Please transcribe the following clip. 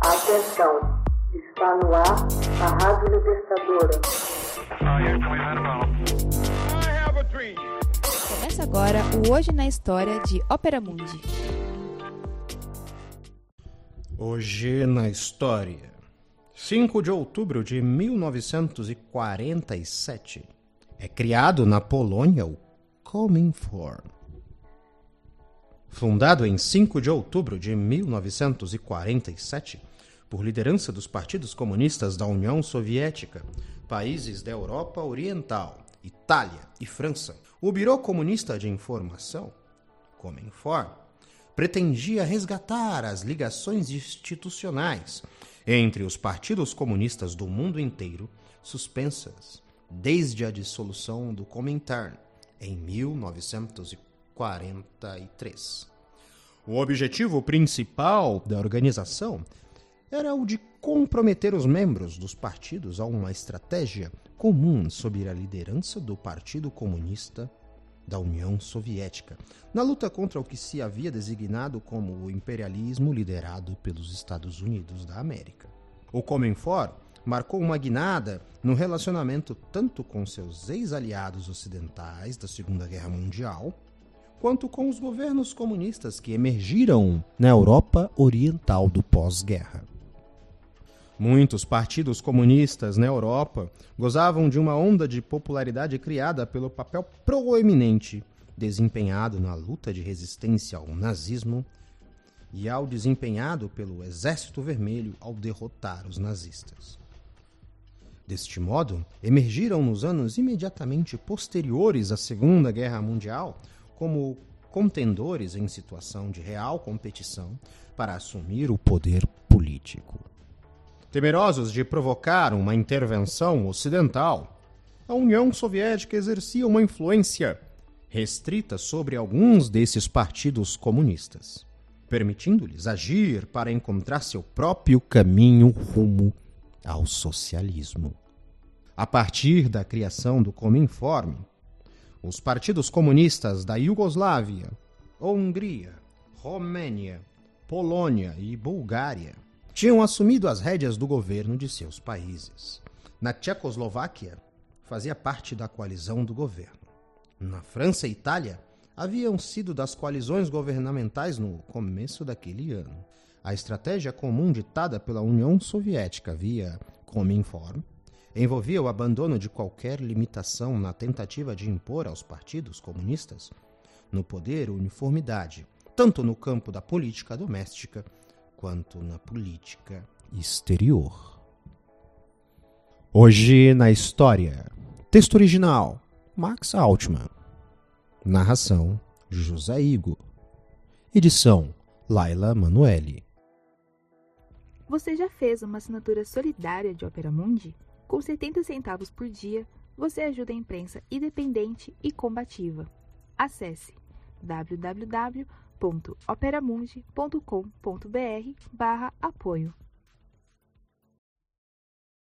Atenção, está no ar a Rádio Libertadora. Começa agora o Hoje na História de Ópera Mundi. Hoje na História, 5 de outubro de 1947, é criado na Polônia o Cominform. Fundado em 5 de outubro de 1947, por liderança dos partidos comunistas da União Soviética, países da Europa Oriental, Itália e França, o Biro Comunista de Informação, Cominform, pretendia resgatar as ligações institucionais entre os partidos comunistas do mundo inteiro, suspensas desde a dissolução do Comintern em 1943. O objetivo principal da organização era o de comprometer os membros dos partidos a uma estratégia comum sob a liderança do Partido Comunista da União Soviética, na luta contra o que se havia designado como o imperialismo liderado pelos Estados Unidos da América. O Cominform marcou uma guinada no relacionamento tanto com seus ex-aliados ocidentais da Segunda Guerra Mundial, quanto com os governos comunistas que emergiram na Europa Oriental do pós-guerra. Muitos partidos comunistas na Europa gozavam de uma onda de popularidade criada pelo papel proeminente desempenhado na luta de resistência ao nazismo e ao desempenhado pelo Exército Vermelho ao derrotar os nazistas. Deste modo, emergiram nos anos imediatamente posteriores à Segunda Guerra Mundial como contendores em situação de real competição para assumir o poder político. Temerosos de provocar uma intervenção ocidental, a União Soviética exercia uma influência restrita sobre alguns desses partidos comunistas, permitindo-lhes agir para encontrar seu próprio caminho rumo ao socialismo. A partir da criação do Cominform, os partidos comunistas da Iugoslávia, Hungria, Romênia, Polônia e Bulgária tinham assumido as rédeas do governo de seus países. Na Tchecoslováquia, fazia parte da coalizão do governo. Na França e Itália, haviam sido das coalizões governamentais no começo daquele ano. A estratégia comum ditada pela União Soviética via Cominform envolvia o abandono de qualquer limitação na tentativa de impor aos partidos comunistas no poder uniformidade, tanto no campo da política doméstica quanto na política exterior. Hoje na História. Texto original, Max Altman. Narração, José Igo. Edição, Laila Manoeli. Você já fez uma assinatura solidária de Ópera Mundi? Com 70 centavos por dia, você ajuda a imprensa independente e combativa. Acesse www.operamundi.com.br/apoio.